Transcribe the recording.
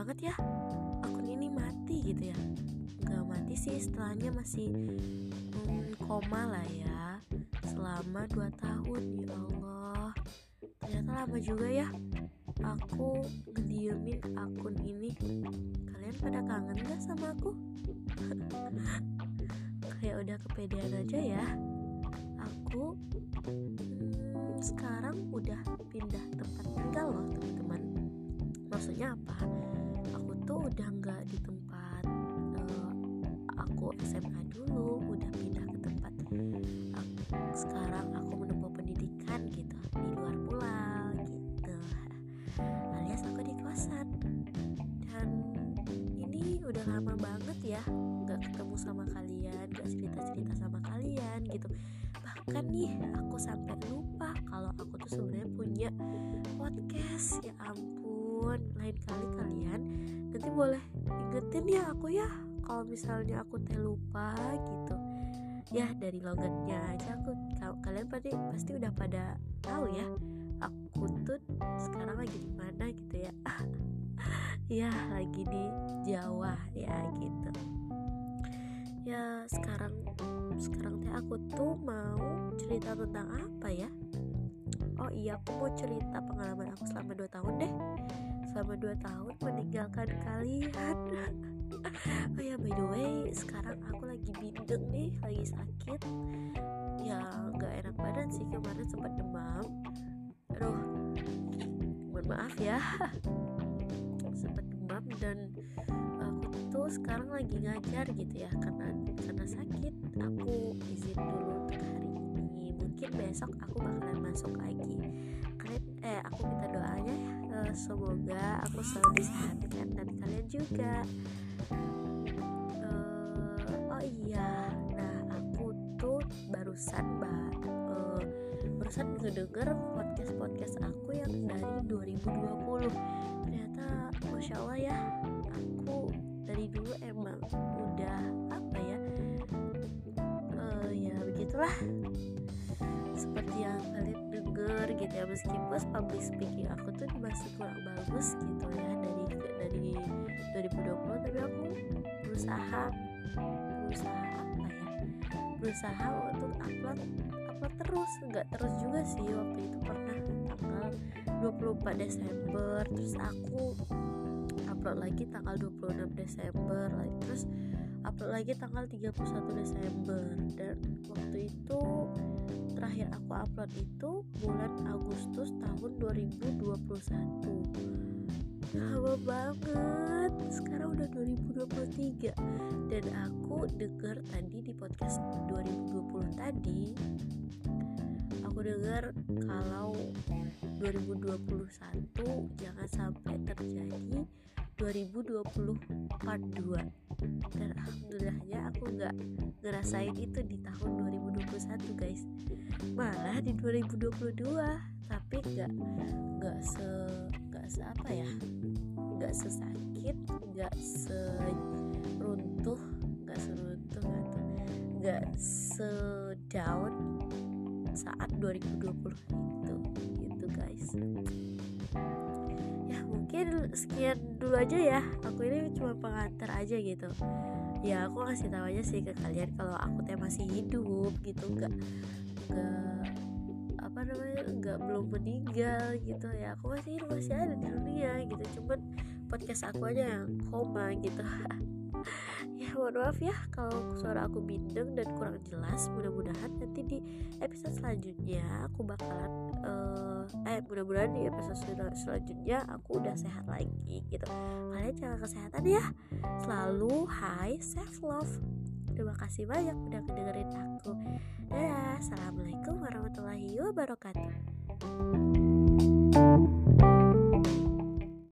banget ya akun ini mati gitu ya. Gak mati sih, setelahnya masih koma lah ya, selama 2 tahun. Ya Allah, ternyata lama juga ya aku ngediemin akun ini. Kalian pada kangen gak sama aku? Kayak udah kepedean aja ya. Aku sekarang udah pindah tempat tinggal loh teman-teman. Maksudnya apa? Aku tuh udah gak di tempat aku SMA dulu, udah pindah ke tempat sekarang aku menempuh pendidikan gitu, di luar pulau gitu, alias aku di kosan. Dan ini udah lama banget ya gak ketemu sama kalian, gak cerita-cerita sama kalian gitu. Bahkan nih aku sampai lupa kalau aku tuh sebenarnya punya podcast. Ya ampun, lain kali kalian nanti boleh ingetin ya aku ya kalau misalnya aku lupa gitu ya. Dari logatnya aja kalian pasti udah pada tahu ya aku tuh sekarang lagi di mana gitu ya. Ya lagi di Jawa ya gitu ya. Sekarang teh aku tuh mau cerita tentang apa ya. Oh iya, aku mau cerita pengalaman aku selama 2 tahun deh. Selama 2 tahun meninggalkan kalian. Oh ya, by the way, sekarang aku lagi bindeng nih, lagi sakit. Ya gak enak badan sih, kemarin sempat demam. Aduh, mohon maaf ya. Sempat demam dan aku tuh sekarang lagi ngajar gitu ya. Karena sakit, aku izin dulu untuk hari ini. Mungkin besok aku bakalan masuk lagi. Aku minta doanya ya, semoga aku selalu disehatkan dan kalian juga. Oh iya, nah aku tuh barusan ngedenger podcast aku yang dari 2020. Ternyata Masya Allah ya, aku dari dulu emang udah apa ya, ya begitulah, seperti yang kalian denger gitu ya. Meskipun public speaking aku tuh masih kurang bagus gitu ya dari 2020, tapi aku berusaha untuk upload terus. Nggak terus juga sih, waktu itu pernah tanggal 24 Desember, terus aku upload lagi tanggal 26 Desember lagi, terus upload lagi tanggal 31 Desember. Dan waktu itu terakhir aku upload itu bulan Agustus tahun 2021. Lama banget, sekarang udah 2023. Dan aku denger tadi di podcast 2020 tadi, aku dengar kalau 2021 jangan sampai terjadi 2020 part 2. Dan alhamdulillahnya aku gak ngerasain itu di tahun 2021 guys, malah di 2022. Tapi gak sesakit, gak seruntuh, gak sedown saat 2020 itu gitu guys. Ya mungkin sekian dulu aja ya, aku ini cuma pengantar aja gitu ya. Aku kasih tahu aja sih ke kalian kalau aku masih hidup gitu, nggak belum meninggal gitu ya. Aku masih ada di dunia gitu, cuman podcast aku aja yang koma gitu. Ya mohon maaf ya kalau suara aku bindeng dan kurang jelas. Mudah-mudahan nanti di episode selanjutnya aku bakalan mudah-mudahan di episode selanjutnya aku udah sehat lagi gitu. Kalian jaga kesehatan ya selalu. Self love. Terima kasih banyak udah dengerin aku. Dadah, assalamualaikum warahmatullahi wabarakatuh.